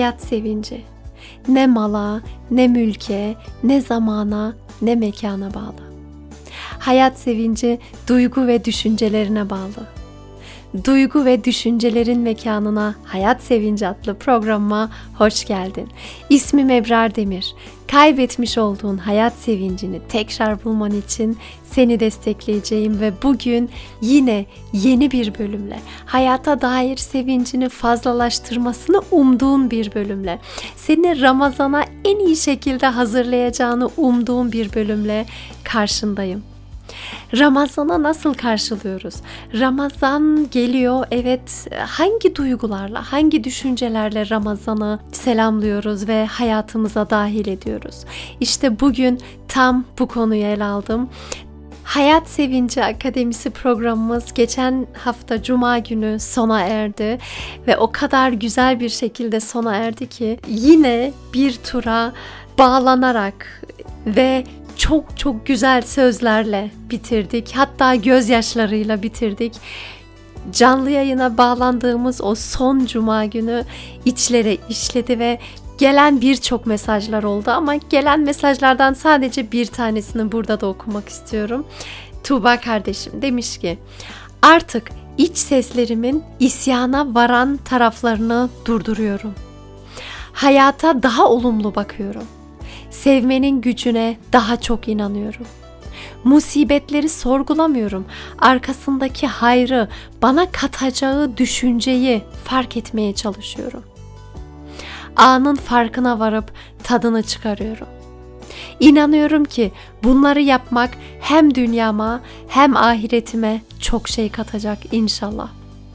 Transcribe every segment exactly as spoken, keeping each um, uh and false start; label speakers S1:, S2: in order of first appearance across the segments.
S1: hayat sevinci ne mala, ne mülke, ne zamana, ne mekana bağlı. Hayat sevinci duygu ve düşüncelerine bağlı. Duygu ve düşüncelerin mekanına Hayat Sevinci adlı programıma hoş geldin. İsmim Ebrar Demir. Kaybetmiş olduğun hayat sevincini tekrar bulman için seni destekleyeceğim ve bugün yine yeni bir bölümle, hayata dair sevincini fazlalaştırmasını umduğun bir bölümle, seni Ramazan'a en iyi şekilde hazırlayacağını umduğum bir bölümle karşındayım. Ramazan'a nasıl karşılıyoruz? Ramazan geliyor, evet, hangi duygularla, hangi düşüncelerle Ramazan'ı selamlıyoruz ve hayatımıza dahil ediyoruz? İşte bugün tam bu konuyu ele aldım. Hayat Sevinci Akademisi programımız geçen hafta Cuma günü sona erdi ve o kadar güzel bir şekilde sona erdi ki yine bir tura bağlanarak ve çok çok güzel sözlerle bitirdik. Hatta gözyaşlarıyla bitirdik. Canlı yayına bağlandığımız o son cuma günü içlere işledi ve gelen birçok mesajlar oldu ama gelen mesajlardan sadece bir tanesini burada da okumak istiyorum. Tuğba kardeşim demiş ki, artık iç seslerimin isyana varan taraflarını durduruyorum. Hayata daha olumlu bakıyorum. Sevmenin gücüne daha çok inanıyorum. Musibetleri sorgulamıyorum. Arkasındaki hayrı, bana katacağı düşünceyi fark etmeye çalışıyorum. Anın farkına varıp tadını çıkarıyorum. İnanıyorum ki bunları yapmak hem dünyama hem ahiretime çok şey katacak inşallah.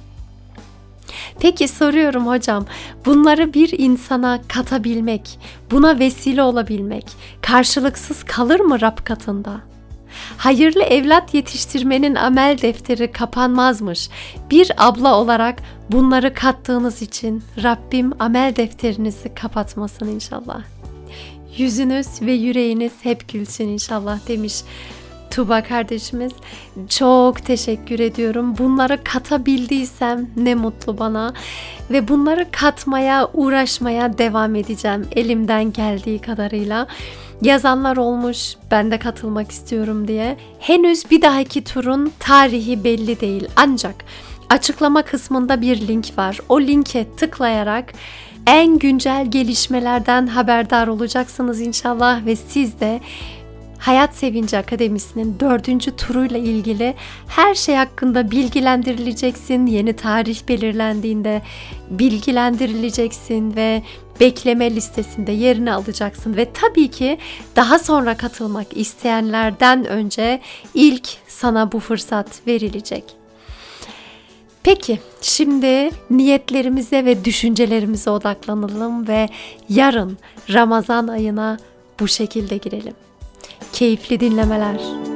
S1: Peki soruyorum hocam, bunları bir insana katabilmek, buna vesile olabilmek karşılıksız kalır mı Rab katında? Hayırlı evlat yetiştirmenin amel defteri kapanmazmış. Bir abla olarak bunları kattığınız için Rabbim amel defterinizi kapatmasın inşallah. Yüzünüz ve yüreğiniz hep gülsün inşallah demiş Tuğba kardeşimiz. Çok teşekkür ediyorum. Bunları katabildiysem ne mutlu bana ve bunları katmaya, uğraşmaya devam edeceğim elimden geldiği kadarıyla. Yazanlar olmuş, ben de katılmak istiyorum diye. Henüz bir dahaki turun tarihi belli değil. Ancak açıklama kısmında bir link var. O linke tıklayarak en güncel gelişmelerden haberdar olacaksınız inşallah ve siz de Hayat Sevinci Akademisi'nin dördüncü turuyla ilgili her şey hakkında bilgilendirileceksin. Yeni tarih belirlendiğinde bilgilendirileceksin ve bekleme listesinde yerini alacaksın. Ve tabii ki daha sonra katılmak isteyenlerden önce ilk sana bu fırsat verilecek. Peki, şimdi niyetlerimize ve düşüncelerimize odaklanalım ve yarın Ramazan ayına bu şekilde girelim. Keyifli dinlemeler.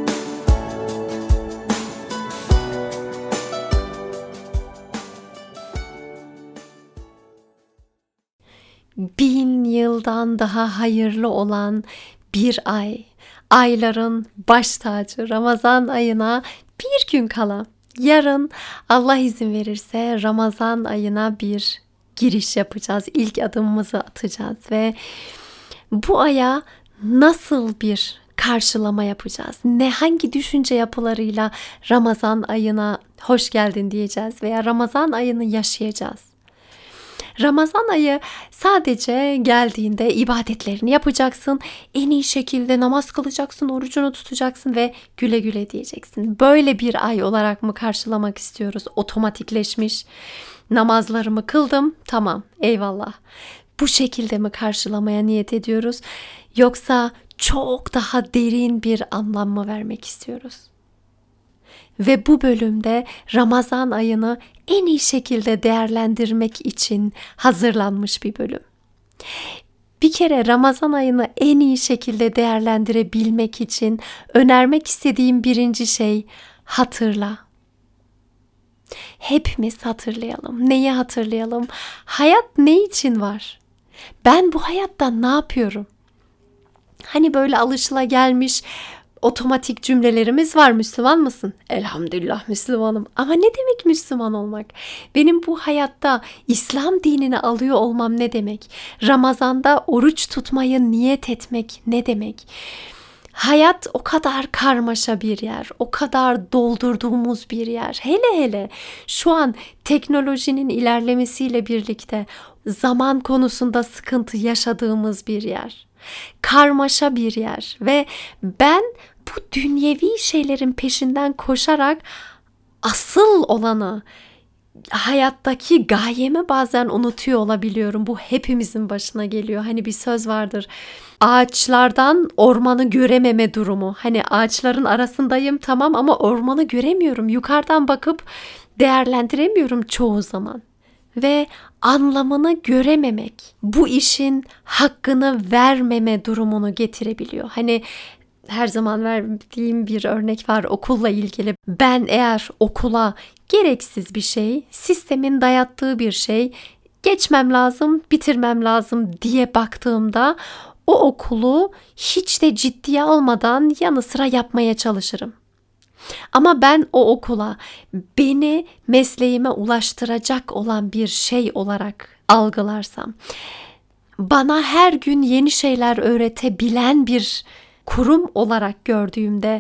S1: Bin yıldan daha hayırlı olan bir ay, ayların baş tacı Ramazan ayına bir gün kala. Yarın Allah izin verirse Ramazan ayına bir giriş yapacağız. İlk adımımızı atacağız ve bu aya nasıl bir karşılama yapacağız? Ne, hangi düşünce yapılarıyla Ramazan ayına hoş geldin diyeceğiz veya Ramazan ayını yaşayacağız? Ramazan ayı sadece geldiğinde ibadetlerini yapacaksın, en iyi şekilde namaz kılacaksın, orucunu tutacaksın ve güle güle diyeceksin. Böyle bir ay olarak mı karşılamak istiyoruz? Otomatikleşmiş, namazlarımı kıldım, tamam, eyvallah. Bu şekilde mi karşılamaya niyet ediyoruz? Yoksa çok daha derin bir anlam mı vermek istiyoruz? Ve bu bölümde Ramazan ayını en iyi şekilde değerlendirmek için hazırlanmış bir bölüm. Bir kere Ramazan ayını en iyi şekilde değerlendirebilmek için önermek istediğim birinci şey hatırla. Hepimiz hatırlayalım. Neyi hatırlayalım? Hayat ne için var? Ben bu hayatta ne yapıyorum? Hani böyle alışılagelmiş otomatik cümlelerimiz var. Müslüman mısın? Elhamdülillah Müslümanım. Ama ne demek Müslüman olmak? Benim bu hayatta İslam dinini alıyor olmam ne demek? Ramazanda oruç tutmayı niyet etmek ne demek? Hayat o kadar karmaşa bir yer, o kadar doldurduğumuz bir yer. Hele hele şu an teknolojinin ilerlemesiyle birlikte zaman konusunda sıkıntı yaşadığımız bir yer. Karmaşa bir yer ve ben bu dünyevi şeylerin peşinden koşarak asıl olanı, hayattaki gayemi bazen unutuyor olabiliyorum. Bu hepimizin başına geliyor. Hani bir söz vardır. Ağaçlardan ormanı görememe durumu. Hani ağaçların arasındayım tamam ama ormanı göremiyorum. Yukarıdan bakıp değerlendiremiyorum çoğu zaman. Ve anlamını görememek bu işin hakkını vermeme durumunu getirebiliyor. Hani her zaman verdiğim bir örnek var okulla ilgili. Ben eğer okula gereksiz bir şey, sistemin dayattığı bir şey, geçmem lazım, bitirmem lazım diye baktığımda o okulu hiç de ciddiye almadan yanı sıra yapmaya çalışırım. Ama ben o okula beni mesleğime ulaştıracak olan bir şey olarak algılarsam, bana her gün yeni şeyler öğretebilen bir kurum olarak gördüğümde,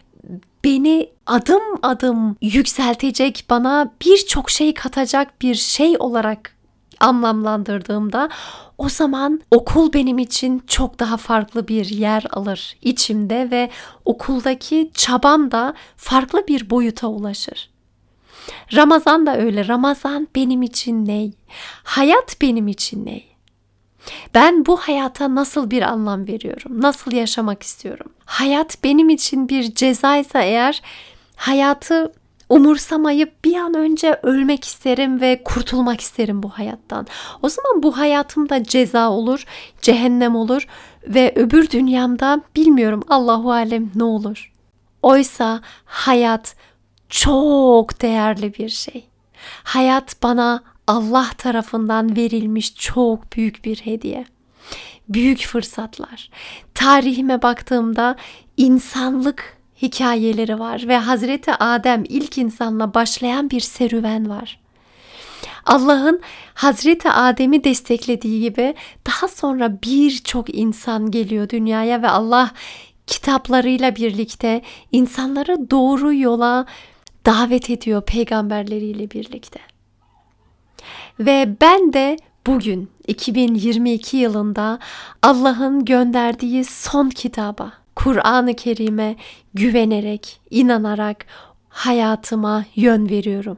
S1: beni adım adım yükseltecek, bana birçok şey katacak bir şey olarak anlamlandırdığımda, o zaman okul benim için çok daha farklı bir yer alır içimde ve okuldaki çabam da farklı bir boyuta ulaşır. Ramazan da öyle. Ramazan benim için ne? Hayat benim için ne? Ben bu hayata nasıl bir anlam veriyorum? Nasıl yaşamak istiyorum? Hayat benim için bir cezaysa eğer, hayatı umursamayıp bir an önce ölmek isterim ve kurtulmak isterim bu hayattan. O zaman bu hayatımda ceza olur, cehennem olur ve öbür dünyamda bilmiyorum, Allahu alem ne olur. Oysa hayat çok değerli bir şey. Hayat bana Allah tarafından verilmiş çok büyük bir hediye. Büyük fırsatlar. Tarihime baktığımda insanlık hikayeleri var ve Hazreti Adem ilk insanla başlayan bir serüven var. Allah'ın Hazreti Adem'i desteklediği gibi daha sonra birçok insan geliyor dünyaya ve Allah kitaplarıyla birlikte insanları doğru yola davet ediyor peygamberleriyle birlikte. Ve ben de bugün iki bin yirmi iki yılında Allah'ın gönderdiği son kitaba, Kur'an-ı Kerim'e güvenerek, inanarak hayatıma yön veriyorum.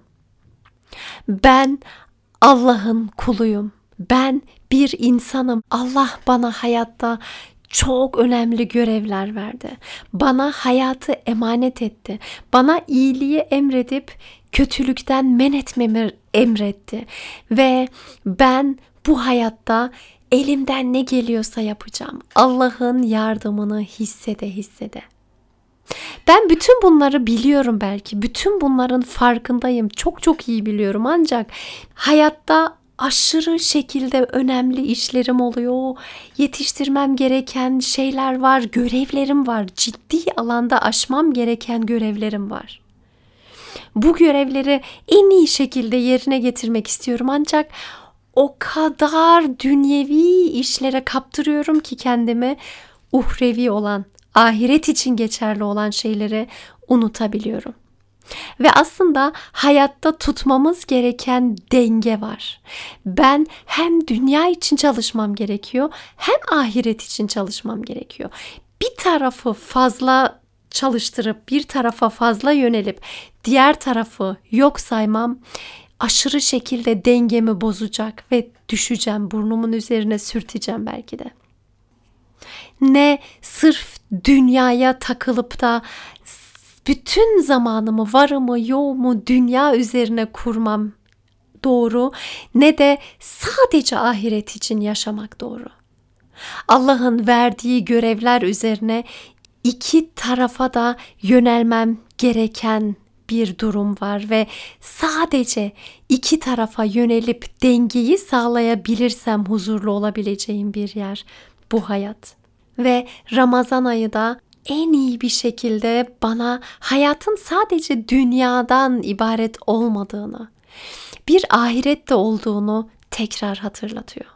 S1: Ben Allah'ın kuluyum. Ben bir insanım. Allah bana hayatta çok önemli görevler verdi. Bana hayatı emanet etti. Bana iyiliği emredip kötülükten men etmemi emretti. Ve ben bu hayatta elimden ne geliyorsa yapacağım. Allah'ın yardımını hissede hissede. Ben bütün bunları biliyorum belki. Bütün bunların farkındayım. Çok çok iyi biliyorum. Ancak hayatta aşırı şekilde önemli işlerim oluyor. Yetiştirmem gereken şeyler var, görevlerim var. Ciddi alanda aşmam gereken görevlerim var. Bu görevleri en iyi şekilde yerine getirmek istiyorum. Ancak o kadar dünyevi işlere kaptırıyorum ki kendimi, uhrevi olan, ahiret için geçerli olan şeyleri unutabiliyorum. Ve aslında hayatta tutmamız gereken denge var. Ben hem dünya için çalışmam gerekiyor, hem ahiret için çalışmam gerekiyor. Bir tarafı fazla çalıştırıp bir tarafa fazla yönelip diğer tarafı yok saymam aşırı şekilde dengemi bozacak ve düşeceğim, burnumun üzerine sürteceğim belki de. Ne sırf dünyaya takılıp da bütün zamanımı, varımı, yoğumu dünya üzerine kurmam doğru, ne de sadece ahiret için yaşamak doğru. Allah'ın verdiği görevler üzerine iki tarafa da yönelmem gereken bir durum var ve sadece iki tarafa yönelip dengeyi sağlayabilirsem huzurlu olabileceğim bir yer bu hayat. Ve Ramazan ayı da en iyi bir şekilde bana hayatın sadece dünyadan ibaret olmadığını, bir ahirette olduğunu tekrar hatırlatıyor.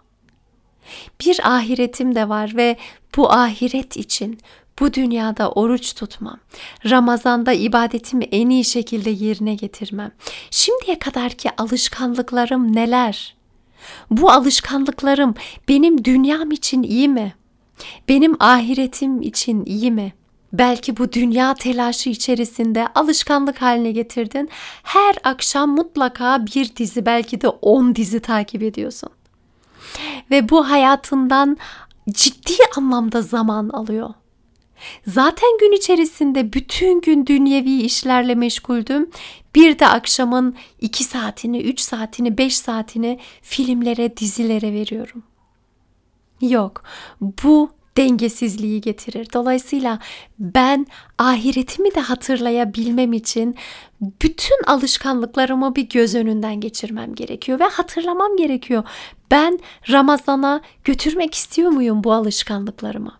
S1: Bir ahiretim de var ve bu ahiret için bu dünyada oruç tutmam, Ramazan'da ibadetimi en iyi şekilde yerine getirmem. Şimdiye kadarki alışkanlıklarım neler? Bu alışkanlıklarım benim dünyam için iyi mi? Benim ahiretim için iyi mi? Belki bu dünya telaşı içerisinde alışkanlık haline getirdin. Her akşam mutlaka bir dizi, belki de on dizi takip ediyorsun. Ve bu hayatından ciddi anlamda zaman alıyor. Zaten gün içerisinde bütün gün dünyevi işlerle meşguldüm. Bir de akşamın iki saatini, üç saatini, beş saatini filmlere, dizilere veriyorum. Yok, bu dengesizliği getirir. Dolayısıyla ben ahiretimi de hatırlayabilmem için bütün alışkanlıklarımı bir göz önünden geçirmem gerekiyor ve hatırlamam gerekiyor. Ben Ramazan'a götürmek istiyor muyum bu alışkanlıklarımı?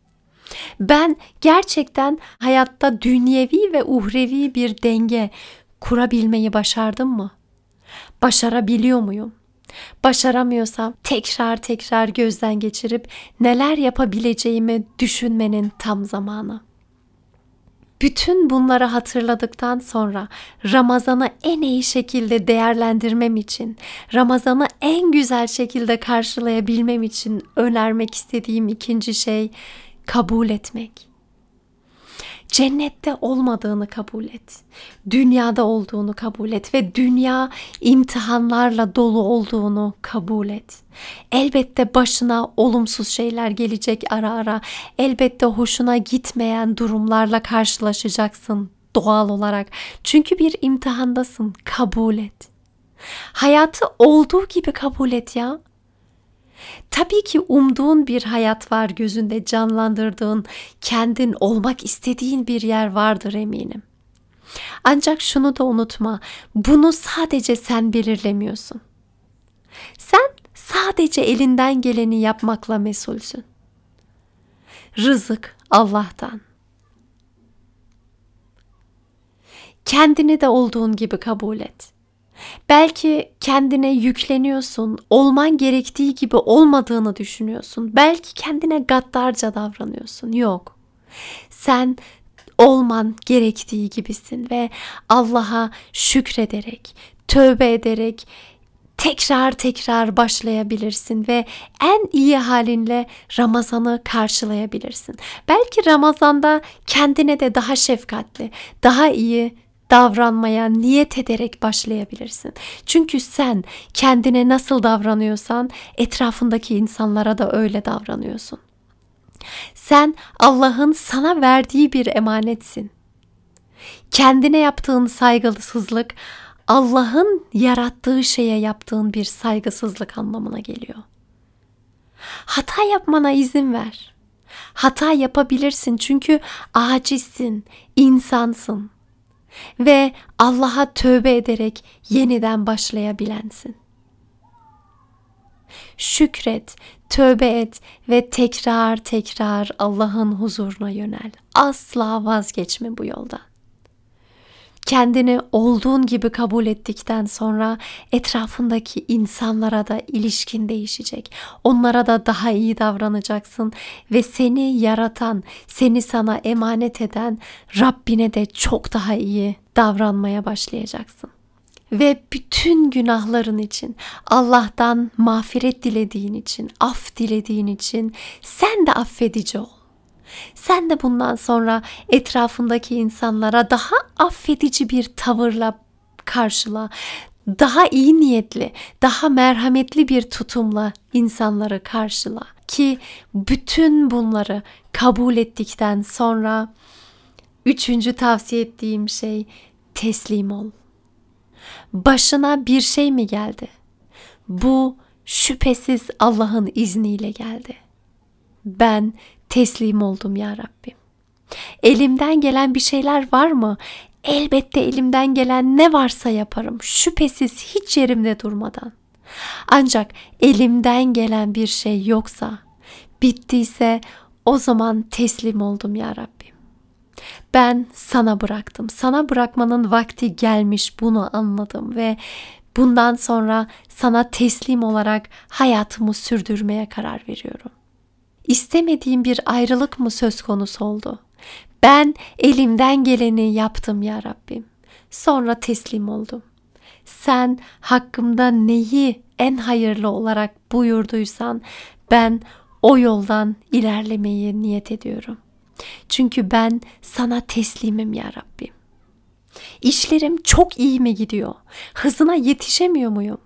S1: Ben gerçekten hayatta dünyevi ve uhrevi bir denge kurabilmeyi başardım mı? Başarabiliyor muyum? Başaramıyorsam tekrar tekrar gözden geçirip neler yapabileceğimi düşünmenin tam zamanı. Bütün bunları hatırladıktan sonra Ramazan'ı en iyi şekilde değerlendirmem için, Ramazan'ı en güzel şekilde karşılayabilmem için önermek istediğim ikinci şey kabul etmek. Cennette olmadığını kabul et. Dünyada olduğunu kabul et ve dünya imtihanlarla dolu olduğunu kabul et. Elbette başına olumsuz şeyler gelecek ara ara. Elbette hoşuna gitmeyen durumlarla karşılaşacaksın doğal olarak. Çünkü bir imtihandasın. Kabul et. Hayatı olduğu gibi kabul et ya. Tabii ki umduğun bir hayat var, gözünde canlandırdığın, kendin olmak istediğin bir yer vardır eminim. Ancak şunu da unutma, bunu sadece sen belirlemiyorsun. Sen sadece elinden geleni yapmakla mesulsün. Rızık Allah'tan. Kendini de olduğun gibi kabul et. Belki kendine yükleniyorsun, olman gerektiği gibi olmadığını düşünüyorsun. Belki kendine gaddarca davranıyorsun. Yok. Sen olman gerektiği gibisin ve Allah'a şükrederek, tövbe ederek tekrar tekrar başlayabilirsin ve en iyi halinle Ramazan'ı karşılayabilirsin. Belki Ramazan'da kendine de daha şefkatli, daha iyi davranmaya niyet ederek başlayabilirsin. Çünkü sen kendine nasıl davranıyorsan etrafındaki insanlara da öyle davranıyorsun. Sen Allah'ın sana verdiği bir emanetsin. Kendine yaptığın saygısızlık Allah'ın yarattığı şeye yaptığın bir saygısızlık anlamına geliyor. Hata yapmana izin ver. Hata yapabilirsin çünkü acizsin, insansın. Ve Allah'a tövbe ederek yeniden başlayabilensin. Şükret, tövbe et ve tekrar tekrar Allah'ın huzuruna yönel. Asla vazgeçme bu yoldan. Kendini olduğun gibi kabul ettikten sonra etrafındaki insanlara da ilişkin değişecek. Onlara da daha iyi davranacaksın ve seni yaratan, seni sana emanet eden Rabbine de çok daha iyi davranmaya başlayacaksın. Ve bütün günahların için, Allah'tan mağfiret dilediğin için, af dilediğin için sen de affedici ol. Sen de bundan sonra etrafındaki insanlara daha affedici bir tavırla karşıla. Daha iyi niyetli, daha merhametli bir tutumla insanları karşıla. Ki bütün bunları kabul ettikten sonra üçüncü tavsiye ettiğim şey teslim ol. Başına bir şey mi geldi? Bu şüphesiz Allah'ın izniyle geldi. Ben teslim oldum ya Rabbim. Elimden gelen bir şeyler var mı? Elbette elimden gelen ne varsa yaparım. Şüphesiz hiç yerimde durmadan. Ancak elimden gelen bir şey yoksa, bittiyse o zaman teslim oldum ya Rabbim. Ben sana bıraktım. Sana bırakmanın vakti gelmiş, bunu anladım ve bundan sonra sana teslim olarak hayatımı sürdürmeye karar veriyorum. İstemediğim bir ayrılık mı söz konusu oldu? Ben elimden geleni yaptım ya Rabbim. Sonra teslim oldum. Sen hakkımda neyi en hayırlı olarak buyurduysan ben o yoldan ilerlemeyi niyet ediyorum. Çünkü ben sana teslimim ya Rabbim. İşlerim çok iyi mi gidiyor? Hızına yetişemiyor muyum?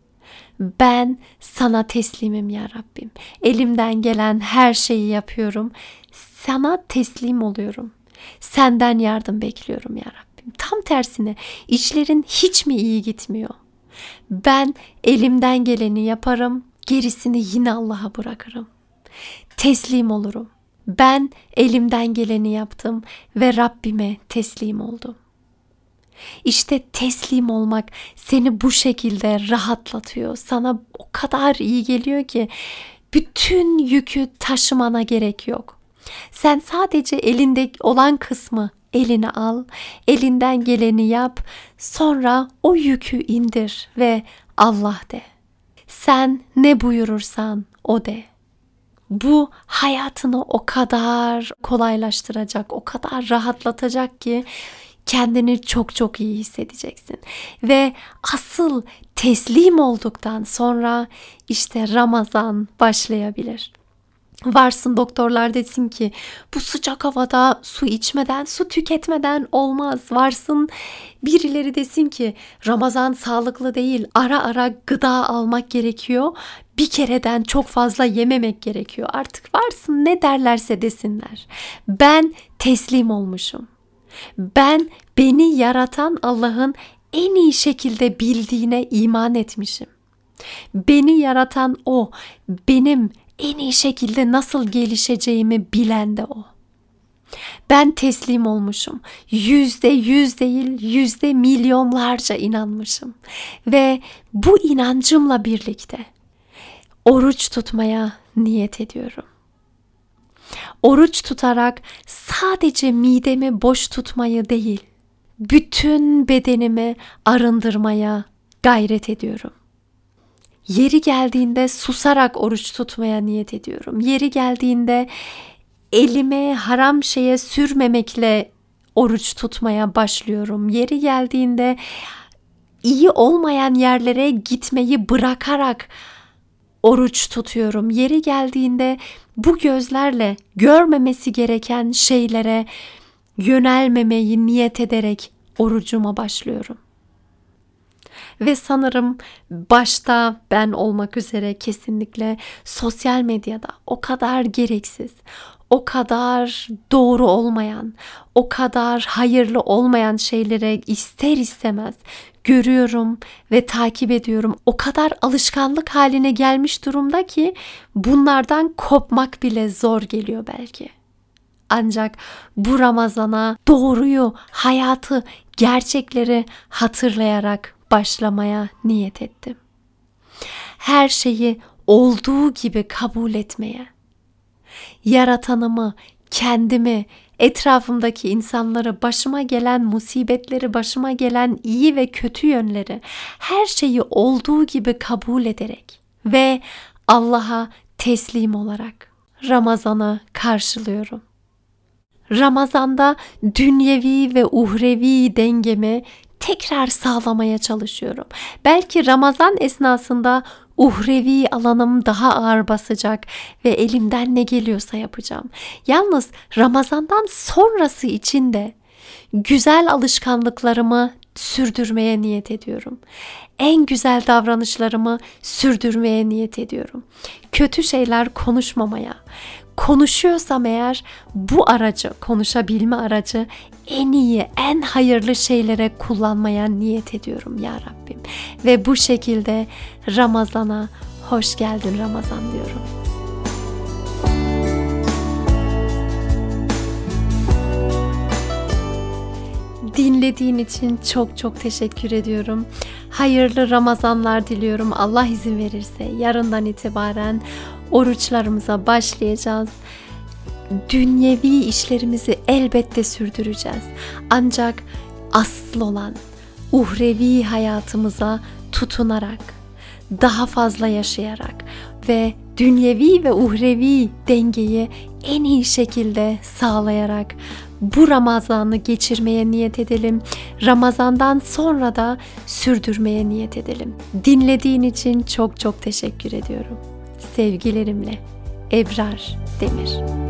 S1: Ben sana teslimim ya Rabbim. Elimden gelen her şeyi yapıyorum. Sana teslim oluyorum. Senden yardım bekliyorum ya Rabbim. Tam tersine işlerin hiç mi iyi gitmiyor? Ben elimden geleni yaparım. Gerisini yine Allah'a bırakırım. Teslim olurum. Ben elimden geleni yaptım ve Rabbime teslim oldum. İşte teslim olmak seni bu şekilde rahatlatıyor. Sana o kadar iyi geliyor ki bütün yükü taşımana gerek yok. Sen sadece elinde olan kısmı eline al, elinden geleni yap, sonra o yükü indir ve Allah de. Sen ne buyurursan o de. Bu hayatını o kadar kolaylaştıracak, o kadar rahatlatacak ki kendini çok çok iyi hissedeceksin. Ve asıl teslim olduktan sonra işte Ramazan başlayabilir. Varsın doktorlar desin ki bu sıcak havada su içmeden, su tüketmeden olmaz. Varsın birileri desin ki Ramazan sağlıklı değil, ara ara gıda almak gerekiyor. Bir kereden çok fazla yememek gerekiyor. Artık varsın ne derlerse desinler. Ben teslim olmuşum. Ben beni yaratan Allah'ın en iyi şekilde bildiğine iman etmişim. Beni yaratan O, benim en iyi şekilde nasıl gelişeceğimi bilen de O. Ben teslim olmuşum. Yüzde yüz değil, yüzde milyonlarca inanmışım. Ve bu inancımla birlikte oruç tutmaya niyet ediyorum. Oruç tutarak sadece midemi boş tutmayı değil, bütün bedenimi arındırmaya gayret ediyorum. Yeri geldiğinde susarak oruç tutmaya niyet ediyorum. Yeri geldiğinde elime haram şeye sürmemekle oruç tutmaya başlıyorum. Yeri geldiğinde iyi olmayan yerlere gitmeyi bırakarak oruç tutuyorum. Yeri geldiğinde bu gözlerle görmemesi gereken şeylere yönelmemeyi niyet ederek orucuma başlıyorum. Ve sanırım başta ben olmak üzere kesinlikle sosyal medyada o kadar gereksiz, o kadar doğru olmayan, o kadar hayırlı olmayan şeylere ister istemez görüyorum ve takip ediyorum. O kadar alışkanlık haline gelmiş durumda ki bunlardan kopmak bile zor geliyor belki. Ancak bu Ramazana doğruyu, hayatı, gerçekleri hatırlayarak başlamaya niyet ettim. Her şeyi olduğu gibi kabul etmeye, yaratanımı, kendimi, etrafımdaki insanları, başıma gelen musibetleri, başıma gelen iyi ve kötü yönleri, her şeyi olduğu gibi kabul ederek ve Allah'a teslim olarak Ramazan'ı karşılıyorum. Ramazan'da dünyevi ve uhrevi dengemi tekrar sağlamaya çalışıyorum. Belki Ramazan esnasında uhrevi alanım daha ağır basacak ve elimden ne geliyorsa yapacağım. Yalnız Ramazan'dan sonrası için de güzel alışkanlıklarımı sürdürmeye niyet ediyorum. En güzel davranışlarımı sürdürmeye niyet ediyorum. Kötü şeyler konuşmamaya, konuşuyorsam eğer bu aracı, konuşabilme aracı en iyi, en hayırlı şeylere kullanmaya niyet ediyorum ya Rabbim. Ve bu şekilde Ramazan'a hoş geldin Ramazan diyorum. Dinlediğin için çok çok teşekkür ediyorum. Hayırlı Ramazanlar diliyorum. Allah izin verirse yarından itibaren oruçlarımıza başlayacağız. dünyevi işlerimizi elbette sürdüreceğiz. Ancak asıl olan uhrevi hayatımıza tutunarak, daha fazla yaşayarak ve dünyevi ve uhrevi dengeyi en iyi şekilde sağlayarak bu Ramazan'ı geçirmeye niyet edelim. Ramazan'dan sonra da sürdürmeye niyet edelim. Dinlediğin için çok çok teşekkür ediyorum. Sevgilerimle Ebrar Demir.